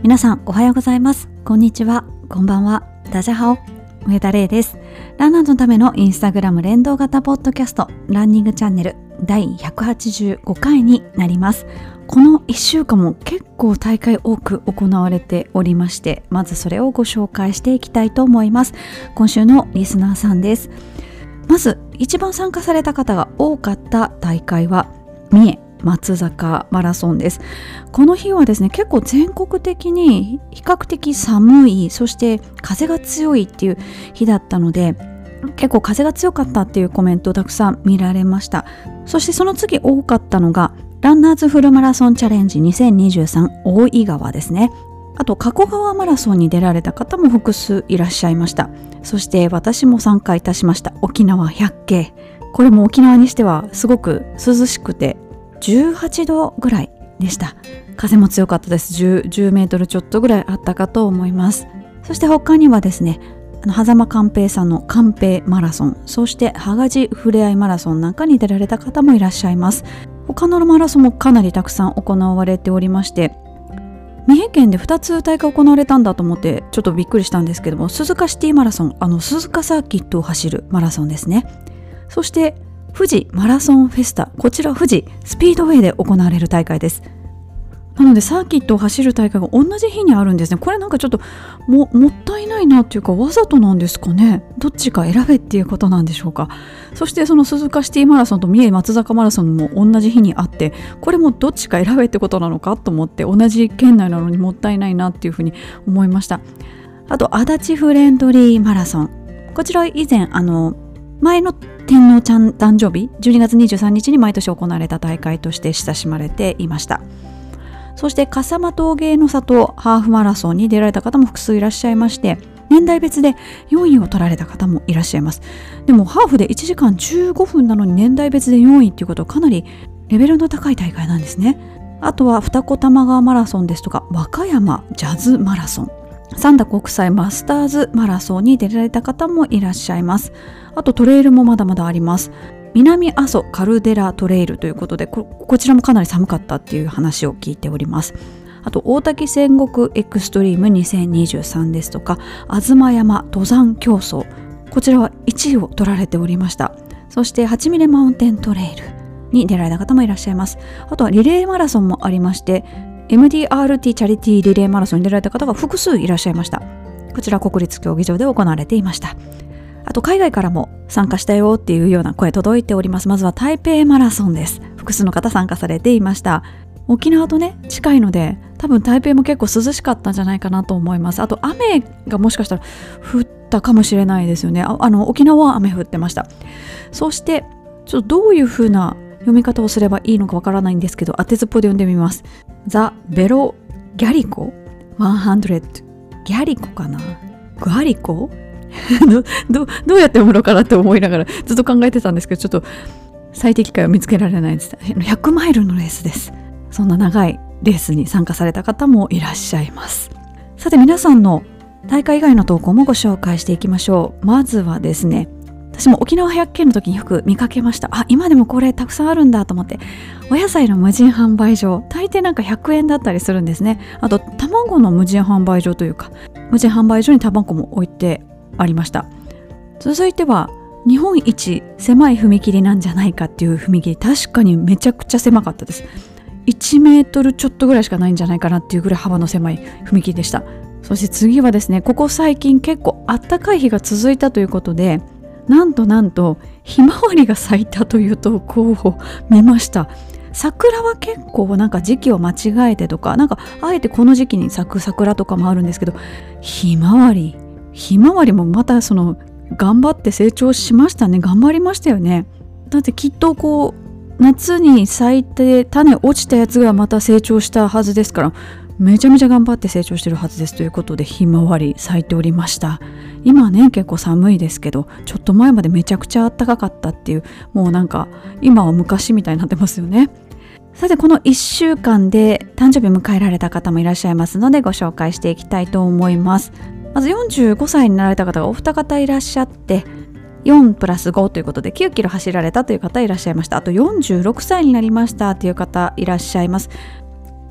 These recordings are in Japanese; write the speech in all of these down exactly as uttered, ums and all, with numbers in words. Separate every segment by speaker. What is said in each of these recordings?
Speaker 1: 皆さんおはようございます。こんにちは、こんばんは。ダジャハオ、上田玲です。ランナーのためのインスタグラム連動型ポッドキャストランニングチャンネルだいひゃくはちじゅうごかいになります。このいっしゅうかんも結構大会多く行われておりまして、まずそれをご紹介していきたいと思います。今週のリスナーさんです。まず一番参加された方が多かった大会は三重松坂マラソンです。この日はですね、結構全国的に比較的寒い、そして風が強いっていう日だったので、結構風が強かったっていうコメントをたくさん見られました。そしてその次多かったのがランナーズフルマラソンチャレンジにせんにじゅうさん大井川ですね。あと加古川マラソンに出られた方も複数いらっしゃいました。そして私も参加いたしました沖縄百景。これも沖縄にしてはすごく涼しくてじゅうはちどぐらいでした。風も強かったです。 10, 10メートルちょっとぐらいあったかと思います。そして他にはですね、あの狭間寛平さんの寛平マラソン、そして羽賀地ふれあいマラソンなんかに出られた方もいらっしゃいます。他のマラソンもかなりたくさん行われておりまして、三重県でふたつ大会行われたんだと思ってちょっとびっくりしたんですけども、鈴鹿シティマラソン、あの鈴鹿サーキットを走るマラソンですね。そして富士マラソンフェスタ、こちら富士スピードウェイで行われる大会です。なのでサーキットを走る大会が同じ日にあるんですね。これなんかちょっと も, もったいないなっていうか、わざとなんですかね。どっちか選べっていうことなんでしょうか。そしてその鈴鹿シティマラソンと三重松坂マラソンも同じ日にあって、これもどっちか選べってことなのかと思って、同じ県内なのにもったいないなっていうふうに思いました。あと足立フレンドリーマラソン、こちら以前あの前の天皇ちゃん誕生日じゅうにがつにじゅうさんにちに毎年行われた大会として親しまれていました。そして笠間峠の里ハーフマラソンに出られた方も複数いらっしゃいまして、年代別でよんいを取られた方もいらっしゃいます。でもハーフでいちじかんじゅうごふんなのに年代別でよんいっていうことはかなりレベルの高い大会なんですね。あとは二子玉川マラソンですとか和歌山ジャズマラソン、三田国際マスターズマラソンに出られた方もいらっしゃいます。あとトレイルもまだまだあります。南阿蘇カルデラトレイルということで、 こ, こちらもかなり寒かったっていう話を聞いております。あと大滝戦国エクストリームにせんにじゅうさんですとか東山登山競争、こちらはいちいを取られておりました。そしてはちミリマウンテントレイルに出られた方もいらっしゃいます。あとはリレーマラソンもありまして、 エムディーアールティー チャリティーリレーマラソンに出られた方が複数いらっしゃいました。こちら国立競技場で行われていました。あと海外からも参加したよっていうような声届いております。まずは台北マラソンです。複数の方参加されていました。沖縄とね近いので、多分台北も結構涼しかったんじゃないかなと思います。あと雨がもしかしたら降ったかもしれないですよね。 あ, あの沖縄は雨降ってました。そしてちょっとどういう風な読み方をすればいいのかわからないんですけど、当てずっぽで読んでみます。ザ・ベロ・ギャリコひゃくギャリコかな、グアリコど, どうやって読むのかなって思いながらずっと考えてたんですけど、ちょっと最適解を見つけられないです。ひゃくマイルのレースです。そんな長いレースに参加された方もいらっしゃいます。さて皆さんの大会以外の投稿もご紹介していきましょう。まずはですね、私も沖縄百景の時によく見かけました。あ、今でもこれたくさんあるんだと思って、お野菜の無人販売所、大抵なんかひゃくえんだったりするんですね。あと卵の無人販売所というか、無人販売所に卵も置いてありました。続いては日本一狭い踏切なんじゃないかっていう踏切、確かにめちゃくちゃ狭かったです。いちメートルちょっとぐらいしかないんじゃないかなっていうぐらい幅の狭い踏切でした。そして次はですね、ここ最近結構あったかい日が続いたということで、なんとなんとひまわりが咲いたという投稿を見ました。桜は結構なんか時期を間違えてとか、なんかあえてこの時期に咲く桜とかもあるんですけど、ひまわりひまわりもまたその頑張って成長しましたね。頑張りましたよね。だってきっとこう夏に咲いて種落ちたやつがまた成長したはずですから、めちゃめちゃ頑張って成長してるはずです。ということでひまわり咲いておりました。今はね結構寒いですけど、ちょっと前までめちゃくちゃ暖かかったっていう、もうなんか今は昔みたいになってますよね。さてこのいっしゅうかんで誕生日迎えられた方もいらっしゃいますので、ご紹介していきたいと思います。まずよんじゅうごさいになられた方がお二方いらっしゃって、よんプラスごということできゅうキロ走られたという方いらっしゃいました。あとよんじゅうろくさいになりましたという方いらっしゃいます。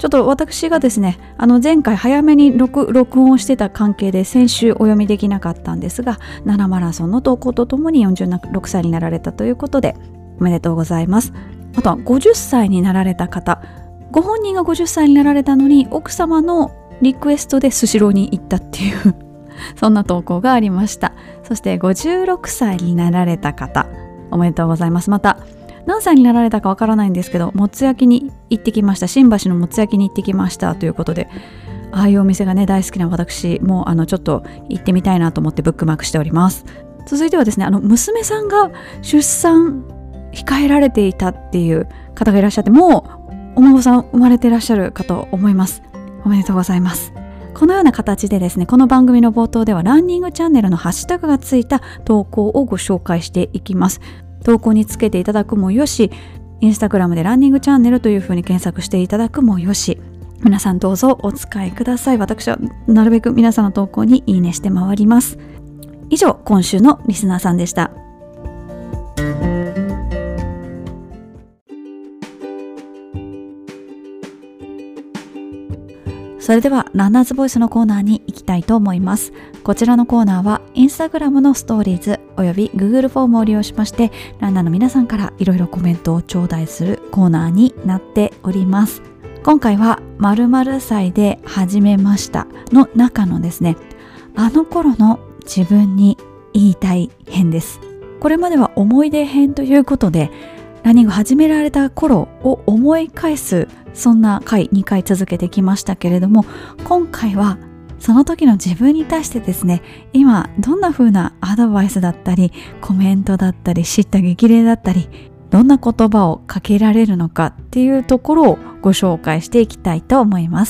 Speaker 1: ちょっと私がですね、あの前回早めに録録音してた関係で先週お読みできなかったんですが、奈良マラソンの投稿とともによんじゅうろくさいになられたということでおめでとうございます。あとはごじゅっさいになられた方、ご本人がごじゅっさいになられたのに奥様のリクエストでスシローに行ったっていうそんな投稿がありました。そしてごじゅうろくさいになられた方、おめでとうございます。また何歳になられたかわからないんですけど、もつ焼きに行ってきました、新橋のもつ焼きに行ってきましたということで、ああいうお店がね大好きな私もあのちょっと行ってみたいなと思ってブックマークしております。続いてはですね、あの娘さんが出産控えられていたっていう方がいらっしゃって、もうお孫さん生まれていらっしゃるかと思います。おめでとうございます。このような形でですね、この番組の冒頭ではランニングチャンネルのハッシュタグがついた投稿をご紹介していきます。投稿につけていただくもよし、インスタグラムでランニングチャンネルというふうに検索していただくもよし、皆さんどうぞお使いください。私はなるべく皆さんの投稿にいいねして回ります。以上、今週のリスナーさんでした。それではランナーズボイスのコーナーに行きたいと思います。こちらのコーナーはインスタグラムのストーリーズおよび Google フォームを利用しまして、ランナーの皆さんからいろいろコメントを頂戴するコーナーになっております。今回は〇〇歳で始めましたの中のですね、あの頃の自分に言いたい編です。これまでは思い出編ということで、ランニング始められた頃を思い返す、そんな回にかい続けてきましたけれども、今回はその時の自分に対してですね、今どんな風なアドバイスだったりコメントだったり叱咤激励だったり、どんな言葉をかけられるのかっていうところをご紹介していきたいと思います。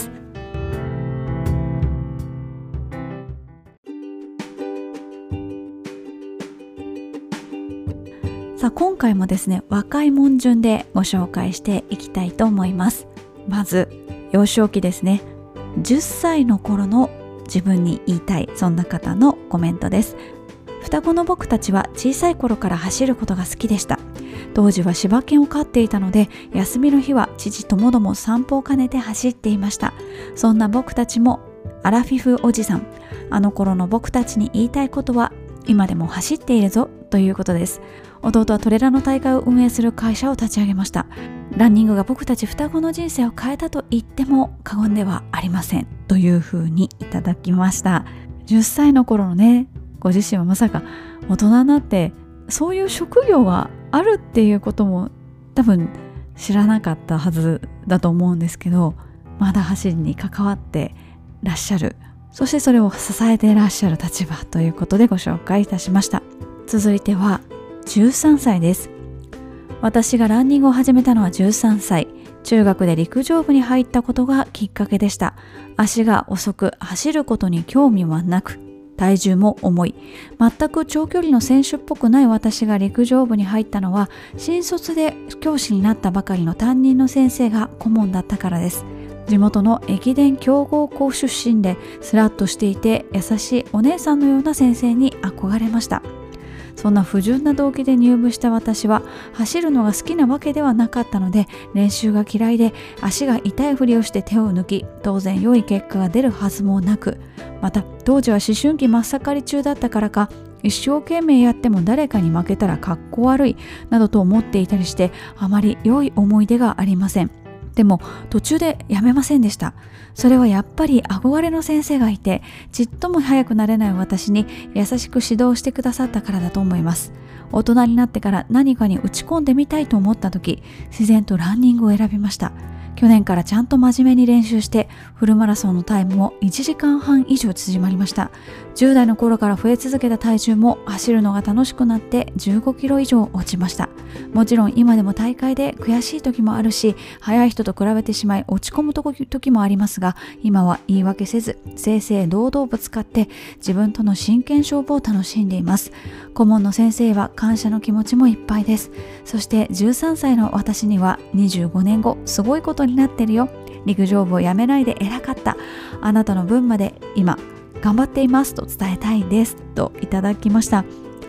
Speaker 1: さあ、今回もですね、若いもん順でご紹介していきたいと思います。まず幼少期ですね。じゅっさいの頃の自分に言いたい、そんな方のコメントです。双子の僕たちは小さい頃から走ることが好きでした。当時は柴犬を飼っていたので、休みの日は父ともども散歩を兼ねて走っていました。そんな僕たちもアラフィフおじさん、あの頃の僕たちに言いたいことは、今でも走っているぞということです。弟はトレランの大会を運営する会社を立ち上げました。ランニングが僕たち双子の人生を変えたと言っても過言ではありませんというふうにいただきました。じゅっさいの頃のね、ご自身はまさか大人になってそういう職業があるっていうことも多分知らなかったはずだと思うんですけど、まだ走りに関わってらっしゃる、そしてそれを支えていらっしゃる立場ということでご紹介いたしました。続いてはじゅうさんさいです。私がランニングを始めたのはじゅうさんさい。中学で陸上部に入ったことがきっかけでした。足が遅く、走ることに興味はなく、体重も重い。全く長距離の選手っぽくない私が陸上部に入ったのは、新卒で教師になったばかりの担任の先生が顧問だったからです。地元の駅伝強豪校出身で、スラッとしていて優しいお姉さんのような先生に憧れました。そんな不純な動機で入部した私は、走るのが好きなわけではなかったので、練習が嫌いで足が痛いふりをして手を抜き、当然良い結果が出るはずもなく、また当時は思春期真っ盛り中だったからか、一生懸命やっても誰かに負けたらかっこ悪いなどと思っていたりして、あまり良い思い出がありません。でも途中でやめませんでした。それはやっぱり憧れの先生がいて、ちっとも早くなれない私に優しく指導してくださったからだと思います。大人になってから何かに打ち込んでみたいと思った時、自然とランニングを選びました。去年からちゃんと真面目に練習して、フルマラソンのタイムもいちじかんはん以上縮まりました。じゅう代の頃から増え続けた体重も走るのが楽しくなってじゅうごキロ以上落ちました。もちろん今でも大会で悔しい時もあるし、速い人と比べてしまい落ち込む時もありますが、今は言い訳せず正々堂々ぶつかって自分との真剣勝負を楽しんでいます。顧問の先生は感謝の気持ちもいっぱいです。そしてじゅうさんさいの私には、にじゅうごねんごすごいことになってるよ、陸上部をやめないで偉かった、あなたの分まで今頑張っていますと伝えたいですといただきました。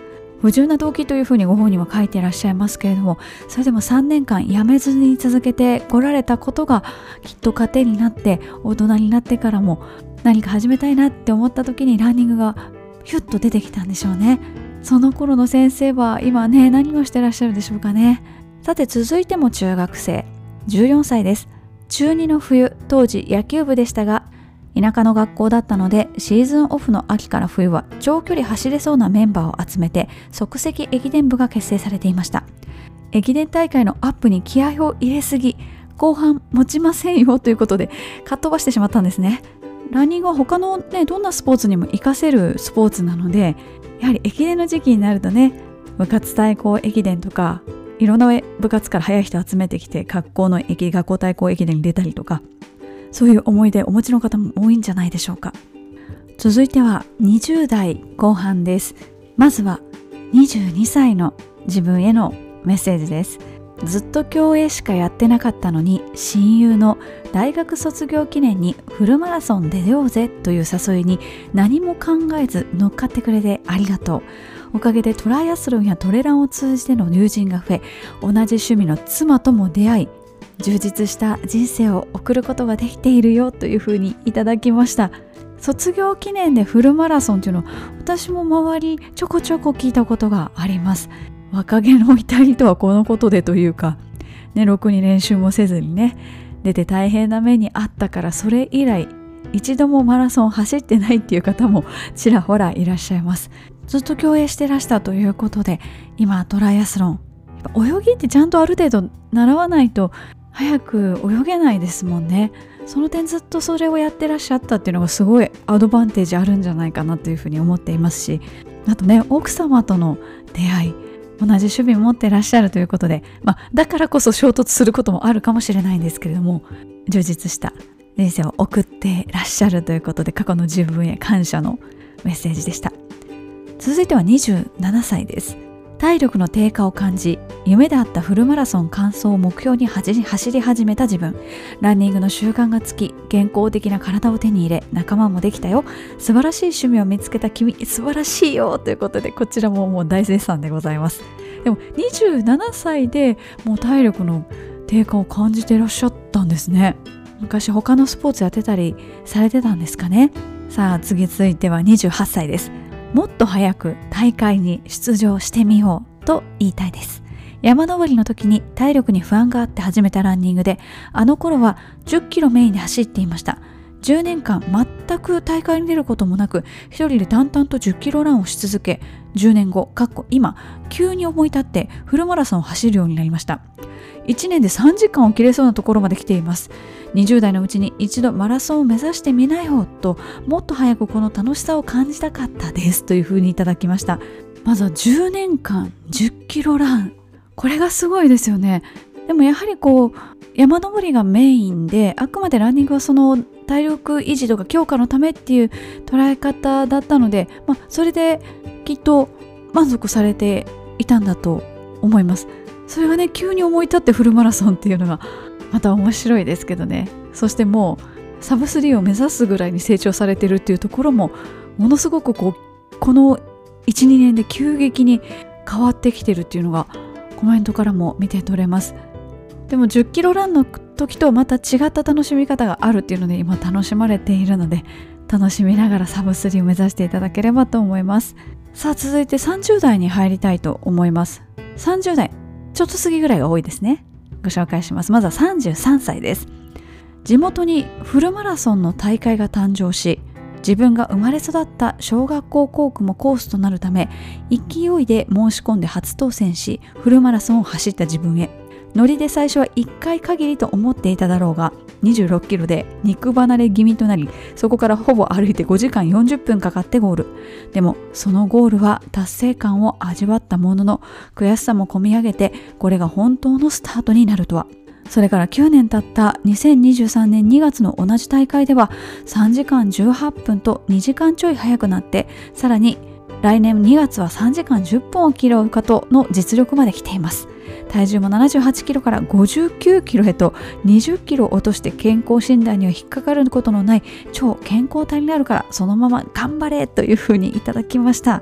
Speaker 1: 不純な動機というふうにご本人は書いていらっしゃいますけれども、それでもさんねんかんやめずに続けてこられたことがきっと糧になって、大人になってからも何か始めたいなって思った時にランニングがヒュッと出てきたんでしょうね。その頃の先生は今ね、何をしてらっしゃるでしょうかね。さて続いても中学生、じゅうよんさいです。中にの冬、当時野球部でしたが、田舎の学校だったのでシーズンオフの秋から冬は長距離走れそうなメンバーを集めて即席駅伝部が結成されていました。駅伝大会のアップに気合を入れすぎ、後半持ちませんよということでかっ飛ばしてしまったんですね。ランニングは他のね、どんなスポーツにも活かせるスポーツなので、やはり駅伝の時期になるとね、部活対抗駅伝とかいろんな部活から速い人集めてきて学校の駅学校対抗駅伝に出たりとか、そういう思い出お持ちの方も多いんじゃないでしょうか。続いてはにじゅう代後半です。まずはにじゅうにさいの自分へのメッセージです。ずっと競泳しかやってなかったのに、親友の大学卒業記念にフルマラソン出ようぜという誘いに何も考えず乗っかってくれてありがとう。おかげでトライアスロンやトレランを通じての友人が増え、同じ趣味の妻とも出会い、充実した人生を送ることができているよというふうにいただきました。卒業記念でフルマラソンというのは私も周りちょこちょこ聞いたことがあります。若気の至りとはこのことでというか、ね、ろくに練習もせずにね出て大変な目にあったから、それ以来一度もマラソン走ってないっていう方もちらほらいらっしゃいます。ずっと競泳してらしたということで、今トライアスロン、泳ぎってちゃんとある程度習わないと早く泳げないですもんね。その点ずっとそれをやってらっしゃったっていうのがすごいアドバンテージあるんじゃないかなというふうに思っていますし、あとね、奥様との出会い、同じ趣味を持ってらっしゃるということで、まあ、だからこそ衝突することもあるかもしれないんですけれども、充実した人生を送ってらっしゃるということで、過去の自分へ感謝のメッセージでした。続いてはにじゅうななさいです。体力の低下を感じ、夢であったフルマラソン完走を目標に走り始めた自分。ランニングの習慣がつき、健康的な体を手に入れ、仲間もできたよ。素晴らしい趣味を見つけた君、素晴らしいよということで、こちらももう大絶賛でございます。でもにじゅうななさいでもう体力の低下を感じていらっしゃったんですね。昔他のスポーツやってたりされてたんですかね。さあ次続いてはにじゅうはっさいです。もっと早く大会に出場してみようと言いたいです。山登りの時に体力に不安があって始めたランニングで、あの頃はじゅっキロメインで走っていました。じゅうねんかん全く大会に出ることもなく、一人で淡々とじゅっキロランをし続け、じゅうねんご、かっこ今、急に思い立ってフルマラソンを走るようになりました。いちねんでさんじかんを切れそうなところまで来ています。にじゅう代のうちに一度マラソンを目指してみなよと、もっと早くこの楽しさを感じたかったですというふうにいただきました。まずはじゅうねんかんじゅっキロラン、これがすごいですよね。でもやはりこう山登りがメインで、あくまでランニングはその体力維持とか強化のためっていう捉え方だったので、まあ、それできっと満足されていたんだと思います。それがね、急に思い立ってフルマラソンっていうのがまた面白いですけどね。そしてもうサブスリーを目指すぐらいに成長されてるっていうところも、ものすごくこうこの いちにねんで急激に変わってきてるっていうのがコメントからも見て取れます。でもじゅっキロランの時とまた違った楽しみ方があるっていうので、今楽しまれているので、楽しみながらサブスリーを目指していただければと思います。さあ続いてさんじゅう代に入りたいと思います。さんじゅう代ちょっと過ぎぐらいが多いですね。ご紹介します。まずはさんじゅうさんさいです。地元にフルマラソンの大会が誕生し、自分が生まれ育った小学校校区もコースとなるため、勢いで申し込んで初当選し、フルマラソンを走った自分へ。ノリで最初はいっかい限りと思っていただろうが、にじゅうろっキロで肉離れ気味となり、そこからほぼ歩いてごじかんよんじゅっぷんかかってゴール。でもそのゴールは達成感を味わったものの、悔しさもこみ上げて、これが本当のスタートになるとは。それからきゅうねん経ったにせんにじゅうさんねんにがつの同じ大会ではさんじかんじゅうはっぷんとにじかんちょい早くなって、さらに来年にがつはさんじかんじゅっぷんを切ろうかとの実力まで来ています。体重もななじゅうはちキロからごじゅうきゅうキロへとにじゅっキロ落として、健康診断には引っかかることのない超健康体になるから、そのまま頑張れというふうにいただきました。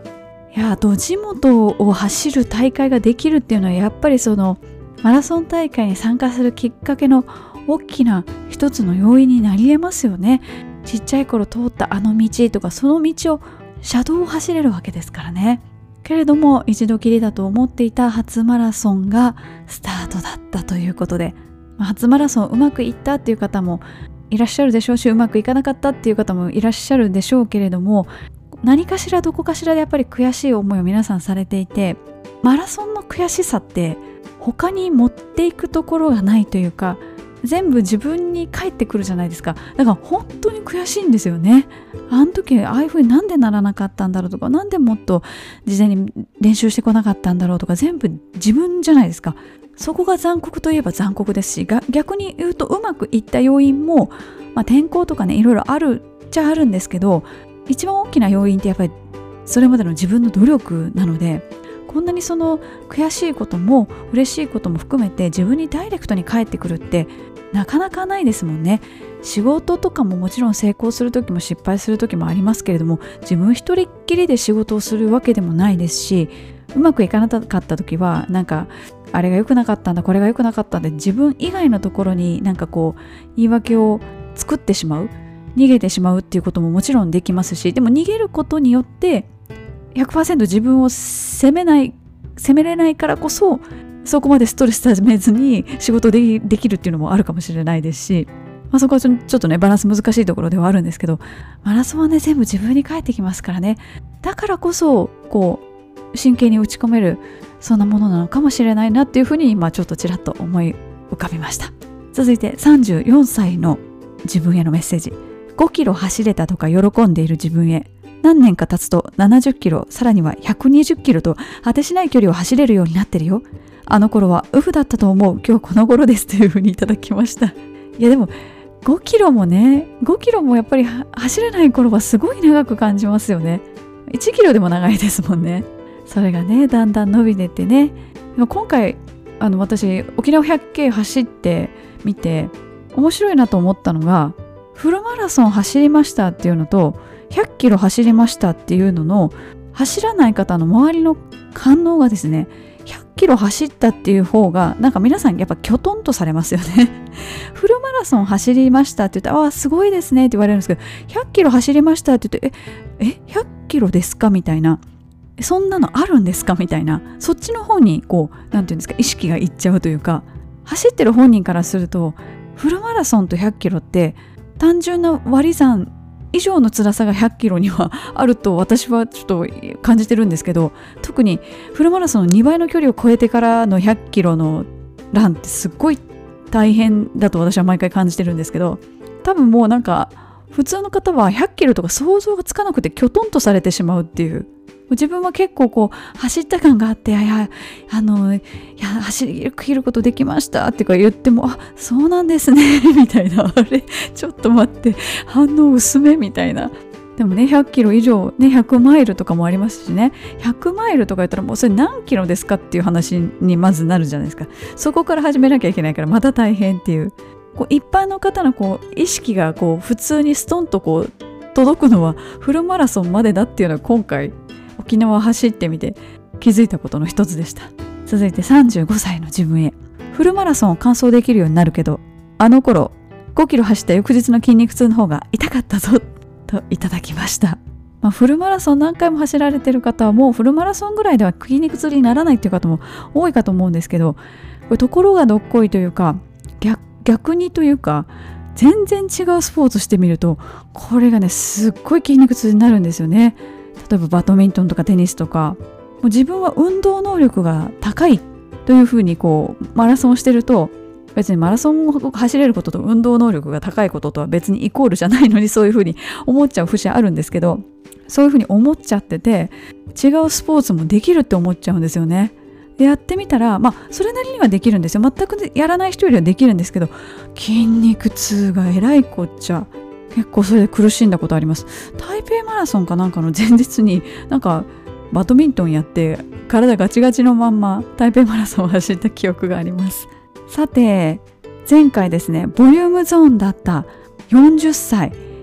Speaker 1: いやド地元を走る大会ができるっていうのはやっぱりそのマラソン大会に参加するきっかけの大きな一つの要因になり得ますよね。ちっちゃい頃通ったあの道とかその道を車道を走れるわけですからね。けれども一度きりだと思っていた初マラソンがスタートだったということで、初マラソンうまくいったっていう方もいらっしゃるでしょうし、うまくいかなかったっていう方もいらっしゃるでしょうけれども、何かしらどこかしらでやっぱり悔しい思いを皆さんされていて、マラソンの悔しさって他に持っていくところがないというか、全部自分に返ってくるじゃないですか。だから本当に悔しいんですよね。あの時ああいう風になんでならなかったんだろうとか、なんでもっと事前に練習してこなかったんだろうとか、全部自分じゃないですか。そこが残酷といえば残酷ですし、逆に言うとうまくいった要因も、まあ、天候とかねいろいろあるっちゃあるんですけど、一番大きな要因ってやっぱりそれまでの自分の努力なので、こんなにその悔しいことも嬉しいことも含めて自分にダイレクトに返ってくるってなかなかないですもんね。仕事とかももちろん成功する時も失敗する時もありますけれども、自分一人っきりで仕事をするわけでもないですし、うまくいかなかった時はなんかあれが良くなかったんだこれが良くなかったんで、自分以外のところになんかこう言い訳を作ってしまう、逃げてしまうっていうことももちろんできますし、でも逃げることによって ひゃくパーセント 自分を責めない責めれないからこそ、そこまでストレスためずに仕事でできるっていうのもあるかもしれないですし、まあ、そこはちょっとねバランス難しいところではあるんですけど、マラソンはね全部自分に返ってきますからね。だからこそこう真剣に打ち込めるそんなものなのかもしれないなっていうふうに今ちょっとちらっと思い浮かびました。続いてさんじゅうよんさいの自分へのメッセージ。ごキロ走れたとか喜んでいる自分へ。何年か経つとななじゅっキロ、さらにはひゃくにじゅっキロと果てしない距離を走れるようになってるよ。あの頃はウフだったと思う。今日この頃ですというふうにいただきました。いやでもごキロもね、ごキロもやっぱり走れない頃はすごい長く感じますよね。いちキロでも長いですもんね。それがねだんだん伸びてってね、今回あの私沖縄 ひゃくケー 走ってみて面白いなと思ったのが、フルマラソン走りましたっていうのとひゃっキロ走りましたっていうのの走らない方の周りの反応がですね、ひゃっキロ走ったっていう方がなんか皆さんやっぱきょとんとされますよね。フルマラソン走りましたって言って、ああすごいですねって言われるんですけど、ひゃっキロ走りましたって言って、ええひゃっキロですかみたいな、そんなのあるんですかみたいな、そっちの方にこうなんていうんですか、意識がいっちゃうというか、走ってる本人からするとフルマラソンとひゃっキロって単純な割り算以上の辛さがひゃっキロにはあると私はちょっと感じてるんですけど、特にフルマラソンのにばいの距離を超えてからのひゃっキロのランってすっごい大変だと私は毎回感じてるんですけど、多分もうなんか普通の方はひゃっキロとか想像がつかなくてきょとんとされてしまうっていう、自分は結構こう走った感があって、いやあのいや走り切ることできましたってか言っても、あそうなんですねみたいな、あれちょっと待って反応薄めみたいな。でもねひゃっキロ以上ねひゃくマイルとかもありますしね、ひゃくマイルとか言ったらもうそれ何キロですかっていう話にまずなるじゃないですか。そこから始めなきゃいけないからまた大変っていう、こう一般の方のこう意識がこう普通にストンとこう届くのはフルマラソンまでだっていうのは今回沖縄走ってみて気づいたことの一つでした。続いてさんじゅうごさいの自分へ。フルマラソンを完走できるようになるけど、あの頃ごキロ走った翌日の筋肉痛の方が痛かったぞといただきました。まあ、フルマラソン何回も走られてる方はもうフルマラソンぐらいでは筋肉痛にならないっていう方も多いかと思うんですけど、これところがどっこいというか 逆, 逆にというか全然違うスポーツしてみるとこれがねすっごい筋肉痛になるんですよね。例えばバドミントンとかテニスとか、もう自分は運動能力が高いというふうにこうマラソンをしてると、別にマラソンを走れることと運動能力が高いこととは別にイコールじゃないのに、そういうふうに思っちゃう節あるんですけど、そういうふうに思っちゃってて違うスポーツもできるって思っちゃうんですよね。でやってみたらまあそれなりにはできるんですよ。全くやらない人よりはできるんですけど、筋肉痛がえらいこっちゃ結構それで苦しんだことあります。台北マラソンかなんかの前日になんかバドミントンやって体ガチガチのまんま台北マラソンを走った記憶があります。さて前回ですねボリュームゾーンだったよんじゅっさい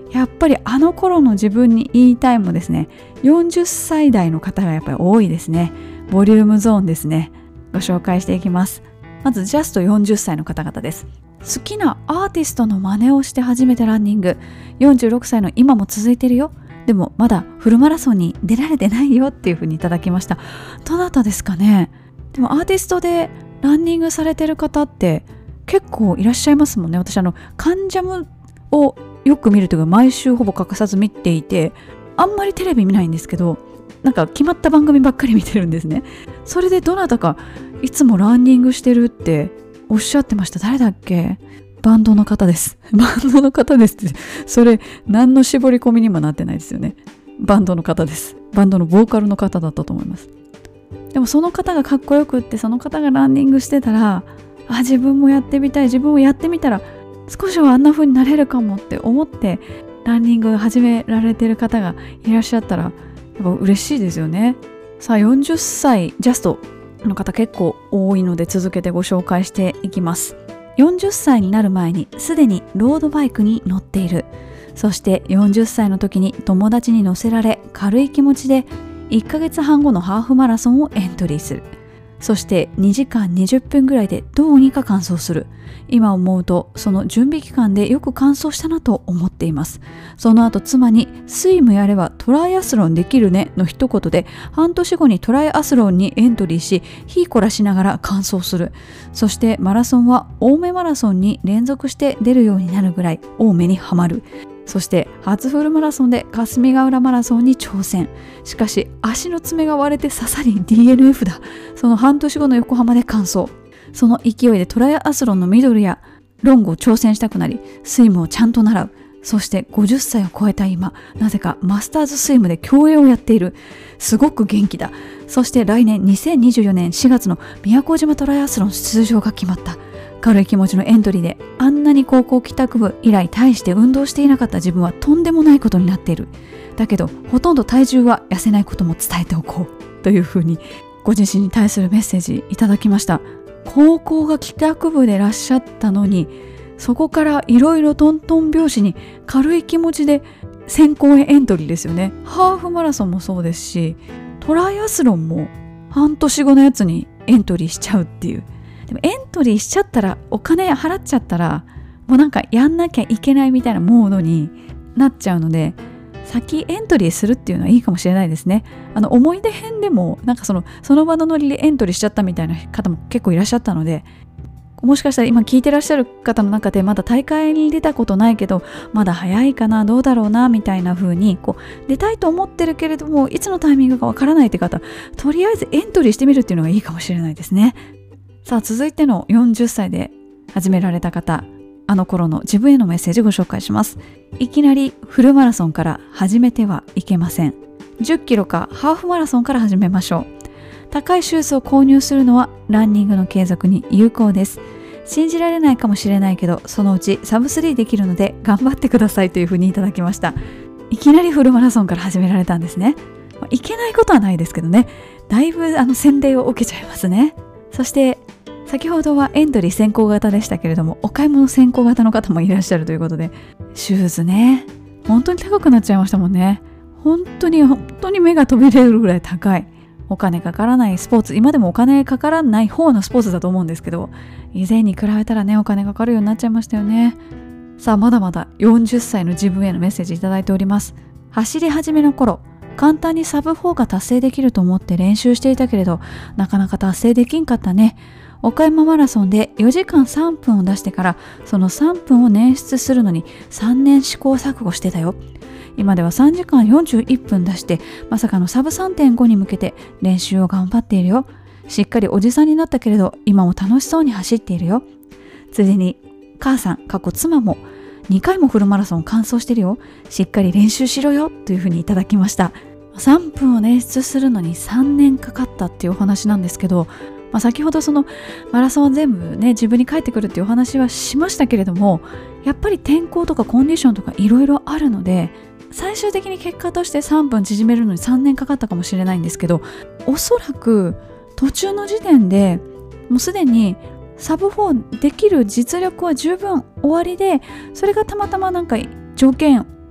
Speaker 1: やっぱりあの頃の自分に言いたいもですね、よんじゅっさい代の方がやっぱり多いですね。ボリュームゾーンですね。ご紹介していきます。まずジャストよんじゅっさいの方々です。好きなアーティストの真似をして始めたランニング、よんじゅうろくさいの今も続いてるよ。でもまだフルマラソンに出られてないよっていう風にいただきました。どなたですかね。でもアーティストでランニングされてる方って結構いらっしゃいますもんね。私あのカンジャムをよく見るというか、毎週ほぼ欠かさず見ていて、あんまりテレビ見ないんですけど、なんか決まった番組ばっかり見てるんですね。それでどなたかいつもランニングしてるっておっしゃってました。誰だっけ。バンドの方です。バンドの方ですって、それ何の絞り込みにもなってないですよね。バンドの方です。バンドのボーカルの方だったと思います。でもその方がかっこよくって、その方がランニングしてたら、あ、自分もやってみたい、自分もやってみたら少しはあんな風になれるかもって思ってランニング始められてる方がいらっしゃったら、やっぱ嬉しいですよね。さあよんじゅっさいジャストの方結構多いので、続けてご紹介していきます。よんじゅっさいになる前にすでにロードバイクに乗っている。そしてよんじゅっさいの時に友達に乗せられ、軽い気持ちでいっかげつはん後のハーフマラソンをエントリーする。そしてにじかんにじゅっぷんぐらいでどうにか完走する。今思うとその準備期間でよく完走したなと思っています。その後妻にスイムやればトライアスロンできるねの一言で、半年後にトライアスロンにエントリーし、火こらしながら完走する。そしてマラソンは青梅マラソンに連続して出るようになるぐらい青梅にはまる。そして初フルマラソンで霞ヶ浦マラソンに挑戦。しかし足の爪が割れて刺さり ディーエヌエフ だ。その半年後の横浜で完走。その勢いでトライアスロンのミドルやロングを挑戦したくなり、スイムをちゃんと習う。そしてごじゅっさいを超えた今、なぜかマスターズスイムで競泳をやっている。すごく元気だ。そして来年にせんにじゅうよねんしがつの宮古島トライアスロン出場が決まった。軽い気持ちのエントリーで、あんなに高校帰宅部以来大して運動していなかった自分はとんでもないことになっている。だけどほとんど体重は痩せないことも伝えておこうというふうにご自身に対するメッセージいただきました。高校が帰宅部でいらっしゃったのに、そこからいろいろトントン拍子に軽い気持ちで選考へエントリーですよね。ハーフマラソンもそうですし、トライアスロンも半年後のやつにエントリーしちゃうっていう。でもエントリーしちゃったら、お金払っちゃったらもうなんかやんなきゃいけないみたいなモードになっちゃうので、先エントリーするっていうのはいいかもしれないですね。あの思い出編でもなんかそのその場のノリでエントリーしちゃったみたいな方も結構いらっしゃったので、もしかしたら今聞いてらっしゃる方の中でまだ大会に出たことないけど、まだ早いかな、どうだろうなみたいな風にこう出たいと思ってるけれども、いつのタイミングかわからないって方、とりあえずエントリーしてみるっていうのがいいかもしれないですね。さあ続いてのよんじゅっさいで始められた方、あの頃の自分へのメッセージをご紹介します。いきなりフルマラソンから始めてはいけません。じゅっキロかハーフマラソンから始めましょう。高いシューズを購入するのはランニングの継続に有効です。信じられないかもしれないけど、そのうちサブスリーできるので頑張ってくださいというふうにいただきました。いきなりフルマラソンから始められたんですね。いけないことはないですけどね、だいぶあの洗礼を受けちゃいますね。そして先ほどはエントリー先行型でしたけれども、お買い物先行型の方もいらっしゃるということで、シューズね、本当に高くなっちゃいましたもんね。本当に本当に目が飛び出るぐらい高い、お金かからないスポーツ、今でもお金かからない方のスポーツだと思うんですけど、以前に比べたらね、お金かかるようになっちゃいましたよね。さあまだまだよんじゅっさいの自分へのメッセージいただいております。走り始めの頃、簡単にサブフォーが達成できると思って練習していたけれど、なかなか達成できんかったね。岡山マラソンでよじかんさんぷんを出してから、そのさんぷんを捻出するのにさんねん試行錯誤してたよ。今ではさんじかんよんじゅういっぷん出して、まさかのサブ さんてんご に向けて練習を頑張っているよ。しっかりおじさんになったけれど、今も楽しそうに走っているよ。ついでに母さん過去妻もにかいもフルマラソン完走してるよ。しっかり練習しろよというふうにいただきました。さんぷんを捻出するのにさんねんかかったっていうお話なんですけど、まあ、先ほどそのマラソンは全部ね自分に返ってくるっていうお話はしましたけれども、やっぱり天候とかコンディションとかいろいろあるので、最終的に結果としてさんぷん縮めるのにさんねんかかったかもしれないんですけど、おそらく途中の時点でもうすでにサブフォーできる実力は十分終わりで、それがたまたまなんか条件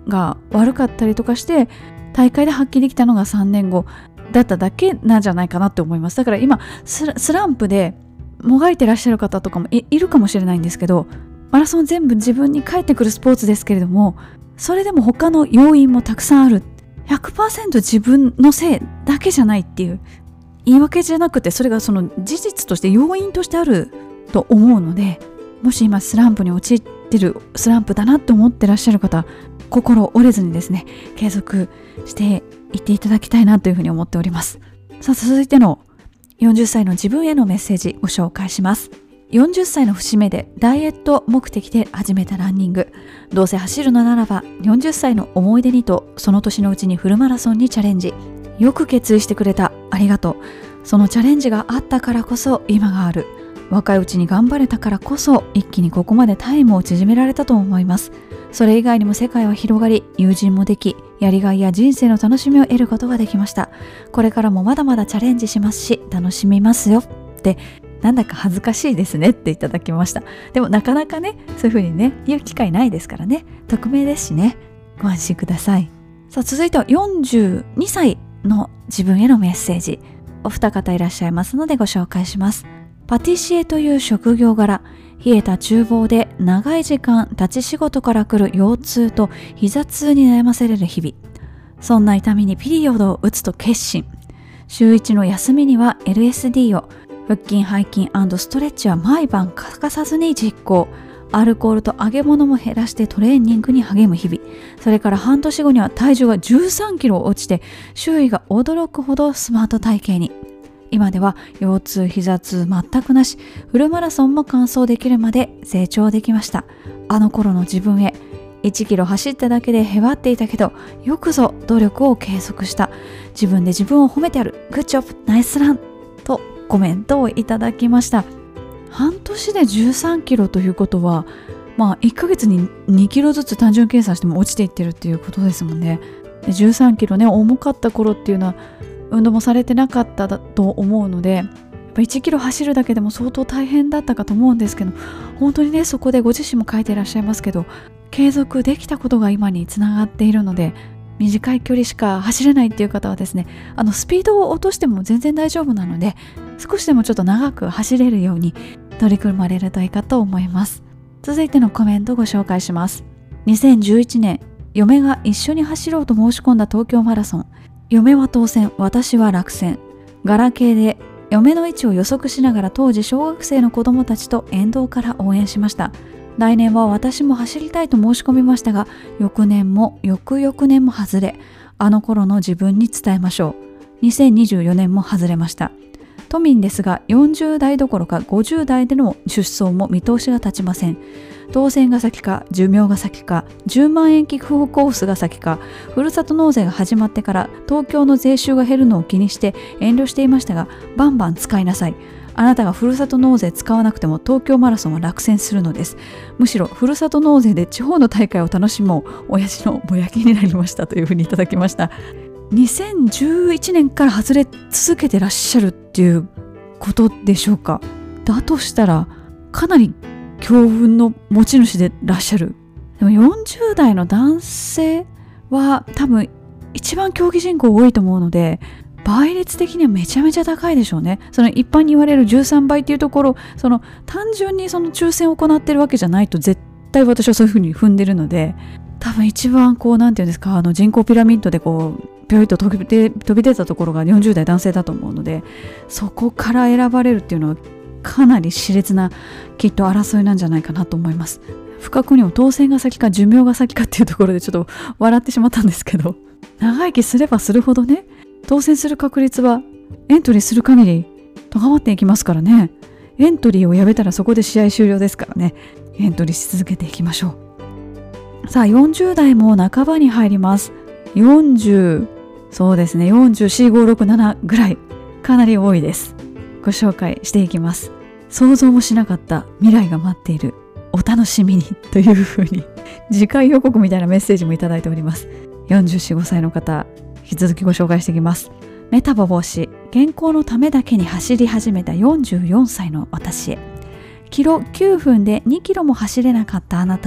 Speaker 1: が悪かったりとかして大会で発揮できたのがさんねんごだっただけなんじゃないかなって思います。だから今ス ラ, スランプでもがいてらっしゃる方とかも い, いるかもしれないんですけど、マラソン全部自分に返ってくるスポーツですけれども、それでも他の要因もたくさんある。 ひゃくパーセント 自分のせいだけじゃないっていう言い訳じゃなくて、それがその事実として要因としてあると思うので、もし今スランプに陥ってるスランプだなって思ってらっしゃる方、心折れずにですね継続していっていただきたいなというふうに思っております。さあ続いてのよんじゅっさいの自分へのメッセージご紹介します。よんじゅっさいの節目でダイエット目的で始めたランニング。どうせ走るのならばよんじゅっさいの思い出にと、その年のうちにフルマラソンにチャレンジ。よく決意してくれた、ありがとう。そのチャレンジがあったからこそ今がある。若いうちに頑張れたからこそ一気にここまでタイムを縮められたと思います。それ以外にも世界は広がり、友人もでき、やりがいや人生の楽しみを得ることができました。これからもまだまだチャレンジしますし楽しみますよって、なんだか恥ずかしいですねっていただきました。でもなかなかねそういう風にね言う機会ないですからね、匿名ですしね、ご安心ください。さあ続いてはよんじゅうにさいの自分へのメッセージ、お二方いらっしゃいますのでご紹介します。パティシエという職業柄、冷えた厨房で長い時間立ち仕事から来る腰痛と膝痛に悩まされる日々。そんな痛みにピリオドを打つと決心。週いちの休みには エルエスディー を、腹筋背筋&ストレッチは毎晩欠かさずに実行。アルコールと揚げ物も減らしてトレーニングに励む日々。それから半年後には体重がじゅうさんキロ落ちて、周囲が驚くほどスマート体型に。今では腰痛膝痛全くなし、フルマラソンも完走できるまで成長できました。あの頃の自分へ。いちキロ走っただけでへばっていたけど、よくぞ努力を継続した。自分で自分を褒めてやる。グッジョブナイスランとコメントをいただきました。半年でじゅうさんキロということは、まあいっかげつににキロずつ単純計算しても落ちていってるっていうことですもんね。でじゅうさんキロね、重かった頃っていうのは運動もされてなかったと思うので、やっぱいちキロ走るだけでも相当大変だったかと思うんですけど、本当にねそこでご自身も書いていらっしゃいますけど、継続できたことが今につながっているので、短い距離しか走れないっていう方はですね、あのスピードを落としても全然大丈夫なので、少しでもちょっと長く走れるように取り組まれるといいかと思います。続いてのコメントをご紹介します。にせんじゅういちねん、嫁が一緒に走ろうと申し込んだ東京マラソン。嫁は当選、私は落選。ガラケーで嫁の位置を予測しながら当時小学生の子供たちと沿道から応援しました。来年は私も走りたいと申し込みましたが、翌年も翌々年も外れ、あの頃の自分に伝えましょう。にせんにじゅうよねんも外れました。都民ですがよんじゅうだいどころかごじゅうだいでの出走も見通しが立ちません。当選が先か寿命が先か、じゅうまんえん寄付コースが先か、ふるさと納税が始まってから東京の税収が減るのを気にして遠慮していましたが、バンバン使いなさい。あなたがふるさと納税使わなくても東京マラソンは落選するのです。むしろふるさと納税で地方の大会を楽しもう。親父のぼやきになりましたというふうにいただきました。にせんじゅういちねんから外れ続けてらっしゃるっていうことでしょうか。だとしたらかなり強運の持ち主でらっしゃる。でもよんじゅうだいの男性は多分一番競技人口多いと思うので、倍率的にはめちゃめちゃ高いでしょうね。その一般に言われるじゅうさんばいっていうところ、その単純にその抽選を行ってるわけじゃないと絶対私はそういうふうに踏んでるので、多分一番こうなんていうんですか、あの人口ピラミッドでこうぴょいと飛び出、飛び出たところがよんじゅうだい男性だと思うので、そこから選ばれるっていうのはかなり熾烈なきっと争いなんじゃないかなと思います。不覚にも当選が先か寿命が先かっていうところでちょっと笑ってしまったんですけど、長生きすればするほどね、当選する確率はエントリーする限り高まっていきますからね。エントリーをやめたらそこで試合終了ですからね。エントリーし続けていきましょう。さあよんじゅうだいも半ばに入ります。よんじゅう、そうですね、よんじゅうよん、ご、ろく、ななぐらい、かなり多いです。ご紹介していきます。想像もしなかった未来が待っている、お楽しみにというふうに次回予告みたいなメッセージもいただいております。よんじゅうよん、ごさいの方、引き続きご紹介していきます。メタボ防止、健康のためだけに走り始めたよんじゅうよんさいの私へ。キロきゅうふんでにキロも走れなかったあなたは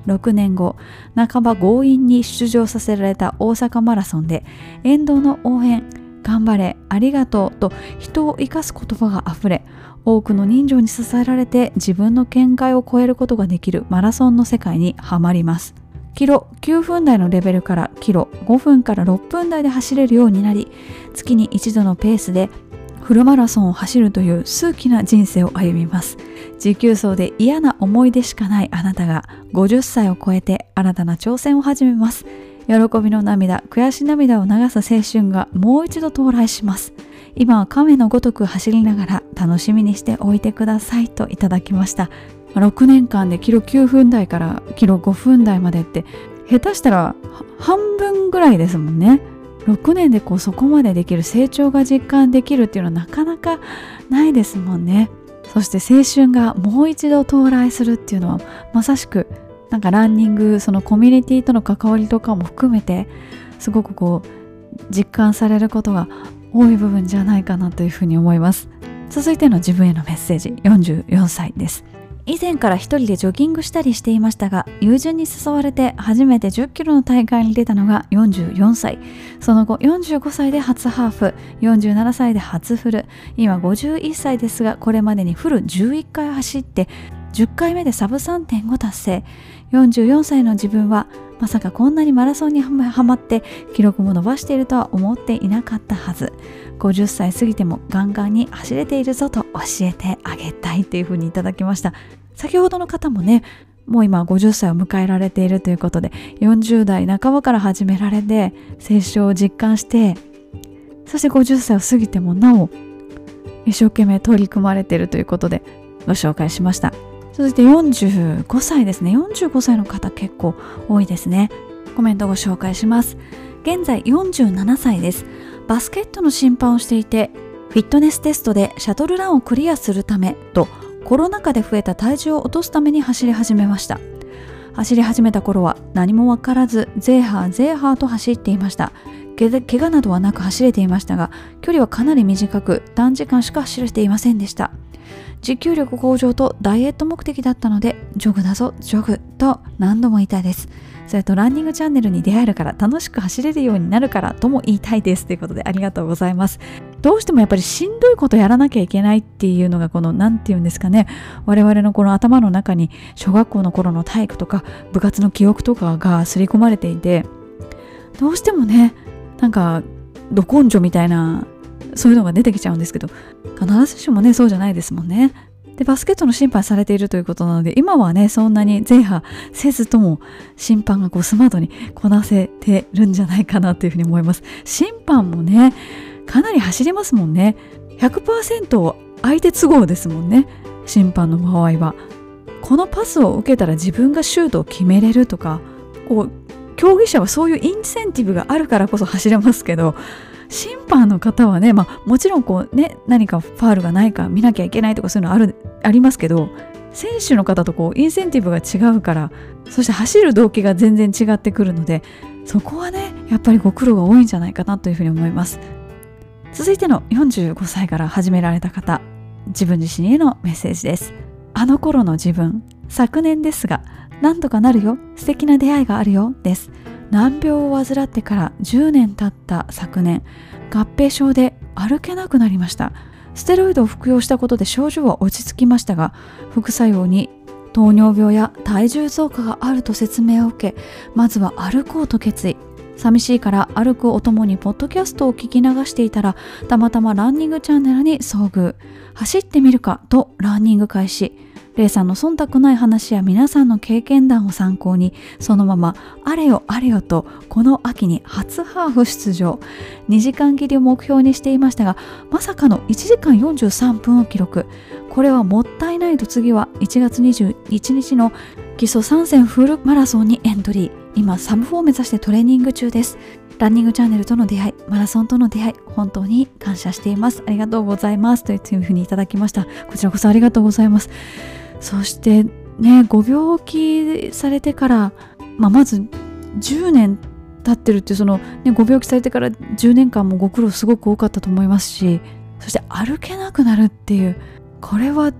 Speaker 1: ろくねんご、半ば強引に出場させられた大阪マラソンで沿道の応援、頑張れ、ありがとうと人を生かす言葉があふれ、多くの人情に支えられて自分の見解を超えることができるマラソンの世界にはまります。キロきゅうふん台のレベルからキロごふんからろっぷん台で走れるようになり、月に一度のペースでフルマラソンを走るという数奇な人生を歩みます。持久走で嫌な思い出しかないあなたがごじゅっさいを超えて新たな挑戦を始めます。喜びの涙、悔し涙を流す青春がもう一度到来します。今は亀のごとく走りながら楽しみにしておいてくださいといただきました。ろくねんかんでキロきゅうふん台からキロごふん台までって下手したら半分ぐらいですもんね。ろくねんでこうそこまでできる、成長が実感できるっていうのはなかなかないですもんね。そして青春がもう一度到来するっていうのはまさしくなんかランニング、そのコミュニティとの関わりとかも含めてすごくこう実感されることが多い部分じゃないかなというふうに思います。続いての自分へのメッセージ、よんじゅうよんさいです。以前から一人でジョギングしたりしていましたが、友人に誘われて初めてじゅっキロの大会に出たのがよんじゅうよんさい。その後よんじゅうごさいで初ハーフ、よんじゅうななさいで初フル、今ごじゅういっさいですが、これまでにフルじゅういっかい走ってじゅっかいめでサブ さんてんご 達成。よんじゅうよんさいの自分はまさかこんなにマラソンにハマって記録も伸ばしているとは思っていなかったはず。ごじゅっさい過ぎてもガンガンに走れているぞと教えてあげたいっていうふうにいただきました。先ほどの方もね、もう今ごじゅっさいを迎えられているということで、よんじゅう代半ばから始められて成長を実感して、そしてごじゅっさいを過ぎてもなお一生懸命取り組まれているということでご紹介しました。続いてよんじゅうごさいですね。よんじゅうごさいの方結構多いですね。コメントご紹介します。現在よんじゅうななさいです。バスケットの審判をしていて、フィットネステストでシャトルランをクリアするためとコロナ禍で増えた体重を落とすために走り始めました。走り始めた頃は何もわからずゼーハーゼーハーと走っていました。け怪我などはなく走れていましたが、距離はかなり短く短時間しか走れていませんでした。持久力向上とダイエット目的だったので、ジョグだぞジョグと何度も言いたいです。それとランニングチャンネルに出会えるから、楽しく走れるようになるからとも言いたいですということで、ありがとうございます。どうしてもやっぱりしんどいことやらなきゃいけないっていうのが、このなんていうんですかね、我々のこの頭の中に小学校の頃の体育とか部活の記憶とかが刷り込まれていて、どうしてもね、なんかど根性みたいなそういうのが出てきちゃうんですけど、必ずしもねそうじゃないですもんね。でバスケットの審判されているということなので、今はねそんなにゼーハーせずとも審判がこうスマートにこなせてるんじゃないかなというふうに思います。審判もねかなり走りますもんね。 ひゃくパーセント 相手都合ですもんね。審判の場合はこのパスを受けたら自分がシュートを決めれるとか、こう競技者はそういうインセンティブがあるからこそ走れますけど、審判の方はね、まあ、もちろんこうね何かファールがないか見なきゃいけないとかそういうのあるありますけど、選手の方とこうインセンティブが違うから、そして走る動機が全然違ってくるので、そこはねやっぱりご苦労が多いんじゃないかなというふうに思います。続いてのよんじゅうごさいから始められた方、自分自身へのメッセージです。あの頃の自分、昨年ですがなんとかなるよ、素敵な出会いがあるよです。難病を患ってからじゅうねん経った昨年、合併症で歩けなくなりました。ステロイドを服用したことで症状は落ち着きましたが、副作用に糖尿病や体重増加があると説明を受け、まずは歩こうと決意。寂しいから歩くおともにポッドキャストを聞き流していたら、たまたまランニングチャンネルに遭遇。走ってみるかとランニング開始。レイさんの忖度ない話や皆さんの経験談を参考に、そのままあれよあれよとこの秋に初ハーフ出場。にじかん切りを目標にしていましたが、まさかのいちじかんよんじゅうさんぷんを記録。これはもったいないと、次はいちがつにじゅういちにちの基礎さんせんフルマラソンにエントリー。今サブフォーを目指してトレーニング中です。ランニングチャンネルとの出会い、マラソンとの出会い、本当に感謝しています。ありがとうございますというふうにいただきました。こちらこそありがとうございます。そしてね、ご病気されてから、まあ、まずじゅうねん経ってるっていう、その、ね、ご病気されてからじゅうねんかんもご苦労すごく多かったと思いますし、そして歩けなくなるっていう、これは、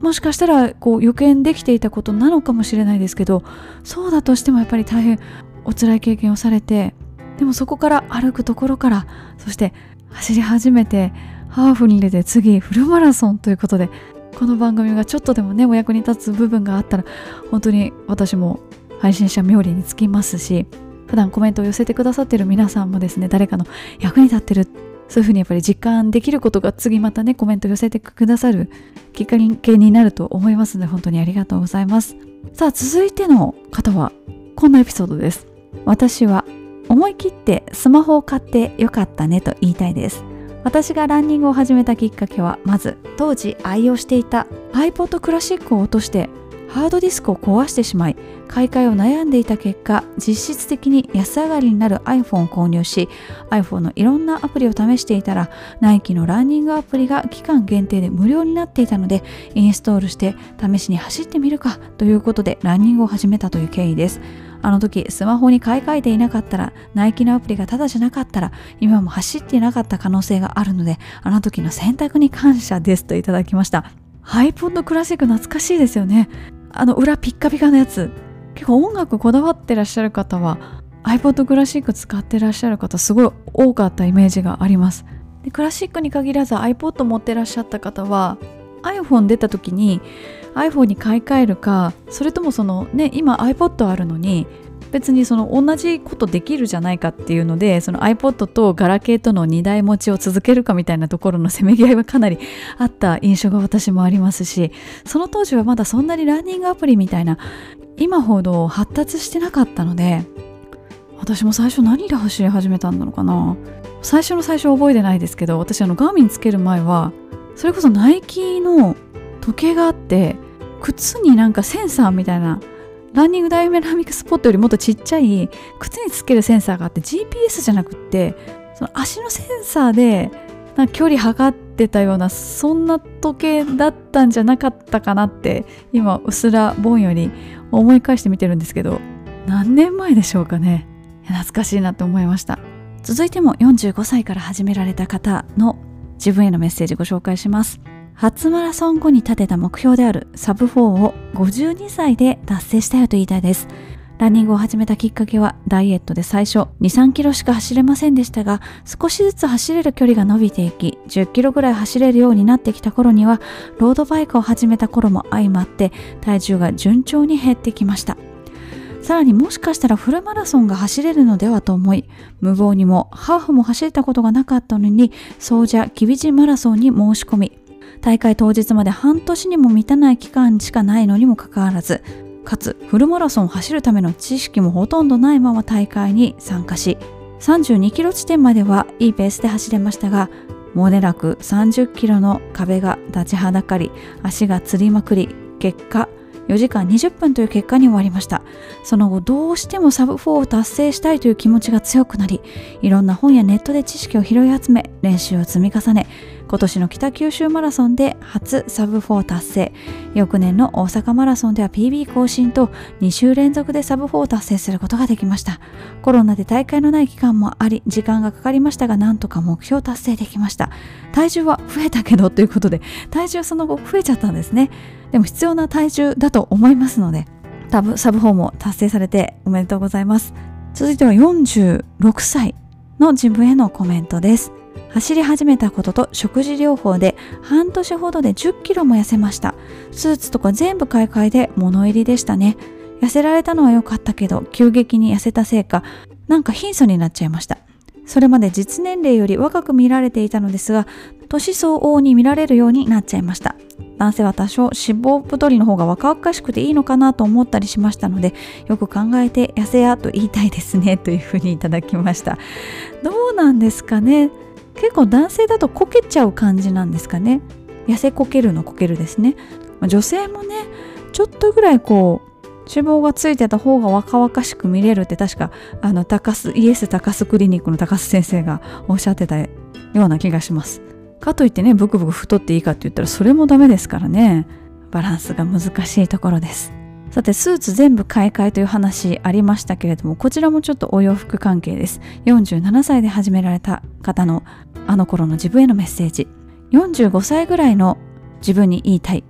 Speaker 1: もしかしたらこう予見できていたことなのかもしれないですけど、そうだとしてもやっぱり大変お辛い経験をされて、でもそこから歩くところから、そして走り始めてハーフに出て次フルマラソンということで、この番組がちょっとでもねお役に立つ部分があったら本当に私も配信者冥利につきますし、普段コメントを寄せてくださっている皆さんもですね、誰かの役に立ってる、そういうふうにやっぱり実感できることが次またねコメント寄せてくださるきっかけになると思いますので、本当にありがとうございます。さあ続いての方はこんなエピソードです。私は思い切ってスマホを買ってよかったねと言いたいです。私がランニングを始めたきっかけは、まず当時愛用していた iPod クラシックを落としてハードディスクを壊してしまい、買い替えを悩んでいた結果、実質的に安上がりになる iPhone を購入し、 iPhone のいろんなアプリを試していたら、ナイキのランニングアプリが期間限定で無料になっていたので、インストールして試しに走ってみるかということでランニングを始めたという経緯です。あの時スマホに買い替えていなかったら、ナイキのアプリがタダじゃなかったら今も走っていなかった可能性があるので、あの時の選択に感謝ですといただきました。iPod クラシック懐かしいですよね。あの裏ピッカピカのやつ、結構音楽こだわってらっしゃる方は iPod クラシック使ってらっしゃる方すごい多かったイメージがあります。でクラシックに限らず iPod 持ってらっしゃった方は iPhone 出た時に iPhone に買い替えるか、それともそのね今 iPod あるのに別にその同じことできるじゃないかっていうので、その iPod とガラケーとのにだい持ちを続けるかみたいなところのせめぎ合いはかなりあった印象が私もありますし、その当時はまだそんなにランニングアプリみたいな今ほど発達してなかったので、私も最初何で走り始めたんだろうかな。最初の最初は覚えてないですけど、私あのガーミンつける前はそれこそナイキの時計があって、靴になんかセンサーみたいな、ランニングダイナミックスポットよりもっとちっちゃい靴につけるセンサーがあって、 ジーピーエス じゃなくってその足のセンサーでなんか距離測ってたような、そんな時計だったんじゃなかったかなって今うすらぼんより思い返してみてるんですけど、何年前でしょうかね。懐かしいなと思いました。続いてもよんじゅうごさいから始められた方の自分へのメッセージご紹介します。初マラソン後に立てた目標であるサブフォーをごじゅうにさいで達成したよと言いたいです。ランニングを始めたきっかけは、ダイエットで最初 にさんキロしか走れませんでしたが、少しずつ走れる距離が伸びていき、じゅっキロぐらい走れるようになってきた頃には、ロードバイクを始めた頃も相まって体重が順調に減ってきました。さらにもしかしたらフルマラソンが走れるのではと思い、無謀にもハーフも走ったことがなかったのに、総社キビジマラソンに申し込み、大会当日まで半年にも満たない期間しかないのにもかかわらず、かつフルマラソンを走るための知識もほとんどないまま大会に参加し、さんじゅうにキロ地点まではいいペースで走れましたが、もれなくさんじゅっキロの壁が立ちはだかり、足がつりまくり、結果よじかんにじゅっぷんという結果に終わりました。その後どうしてもサブフォーを達成したいという気持ちが強くなり、いろんな本やネットで知識を拾い集め、練習を積み重ね、今年の北九州マラソンで初サブフォー達成、翌年の大阪マラソンでは ピービー 更新とに週連続でサブフォーを達成することができました。コロナで大会のない期間もあり、時間がかかりましたが、なんとか目標達成できました。体重は増えたけどということで、体重その後増えちゃったんですね。でも必要な体重だと思いますので、多分サブフォーも達成されておめでとうございます。続いてはよんじゅうろくさいの自分へのコメントです。走り始めたことと食事療法で半年ほどでじゅっキロも痩せました。スーツとか全部買い替えで物入りでしたね。痩せられたのは良かったけど、急激に痩せたせいか、なんか貧相になっちゃいました。それまで実年齢より若く見られていたのですが、年相応に見られるようになっちゃいました。男性は多少脂肪太りの方が若々しくていいのかなと思ったりしましたので、よく考えて痩せやと言いたいですねというふうにいただきました。どうなんですかね。結構男性だとこけちゃう感じなんですかね。痩せこけるのこけるですね。女性もね、ちょっとぐらいこう脂肪がついてた方が若々しく見れるって確かあの高須イエス高須クリニックの高須先生がおっしゃってたような気がします。かといってね、ブクブク太っていいかって言ったらそれもダメですからね。バランスが難しいところです。さて、スーツ全部買い替えという話ありましたけれども、こちらもちょっとお洋服関係です。よんじゅうななさいで始められた方のあの頃の自分へのメッセージ。よんじゅうごさいぐらいの自分に言いたい。